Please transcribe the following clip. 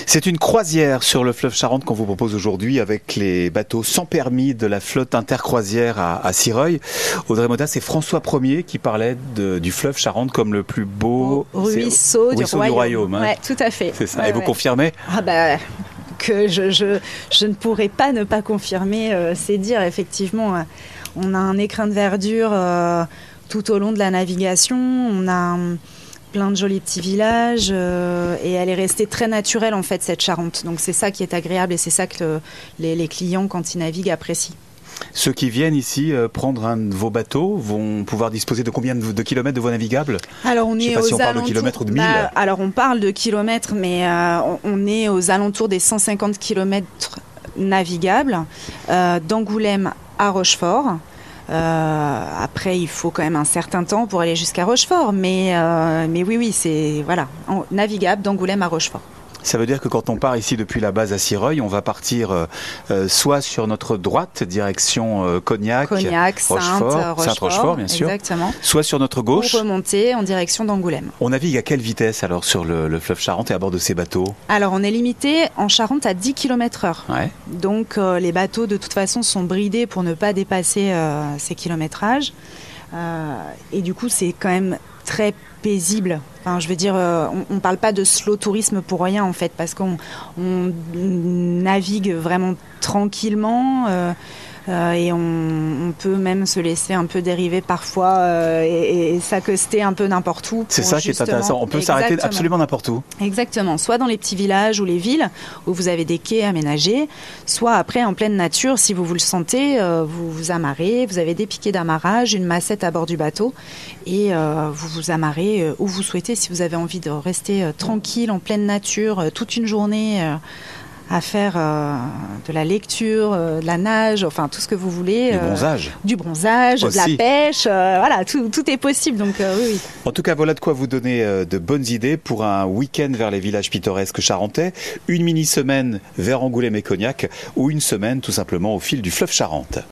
C'est une croisière sur le fleuve Charente qu'on vous propose aujourd'hui avec les bateaux sans permis de la flotte intercroisière à Sireuil. Audrey Moda, c'est François Ier qui parlait du fleuve Charente comme le plus beau ruisseau du royaume. Hein. Ouais, tout à fait. C'est ça. Ouais, Et vous confirmez ? Que je ne pourrais pas ne pas confirmer, c'est dire effectivement. On a un écrin de verdure tout au long de la navigation. On a plein de jolis petits villages et elle est restée très naturelle en fait cette Charente. Donc c'est ça qui est agréable et c'est ça que les clients quand ils naviguent apprécient. Ceux qui viennent ici prendre un de vos bateaux vont pouvoir disposer de combien de kilomètres de voie navigable ? Alors on Je sais pas si on parle de kilomètres ou de milles. Alors on parle de kilomètres, mais on est aux alentours des 150 kilomètres navigables d'Angoulême à Rochefort. Après, il faut quand même un certain temps pour aller jusqu'à Rochefort, mais oui, c'est navigable d'Angoulême à Rochefort. Ça veut dire que quand on part ici depuis la base à Sireuil, on va partir soit sur notre droite, direction Cognac, Sainte-Rochefort, bien sûr, exactement. Soit sur notre gauche. Pour remonter en direction d'Angoulême. On navigue à quelle vitesse alors sur le fleuve Charente et à bord de ces bateaux ? Alors on est limité en Charente à 10 km/h. Ouais. Donc les bateaux de toute façon sont bridés pour ne pas dépasser ces kilométrages. Et du coup c'est quand même très paisible. Enfin, je veux dire, on ne parle pas de slow tourisme pour rien en fait, parce qu'on navigue vraiment tranquillement et on peut même se laisser un peu dériver parfois et s'accoster un peu n'importe où. C'est ça qui est intéressant, on peut s'arrêter absolument n'importe où. Exactement, soit dans les petits villages ou les villes où vous avez des quais aménagés, soit après en pleine nature, si vous le sentez, vous vous amarrez, vous avez des piquets d'amarrage, une massette à bord du bateau et vous vous amarrez où vous souhaitez si vous avez envie de rester tranquille en pleine nature toute une journée à faire de la lecture, de la nage, enfin tout ce que vous voulez. Du bronzage, aussi. De la pêche, voilà, tout est possible, donc oui. En tout cas, voilà de quoi vous donner de bonnes idées pour un week-end vers les villages pittoresques charentais, une mini-semaine vers Angoulême et Cognac, ou une semaine tout simplement au fil du fleuve Charente.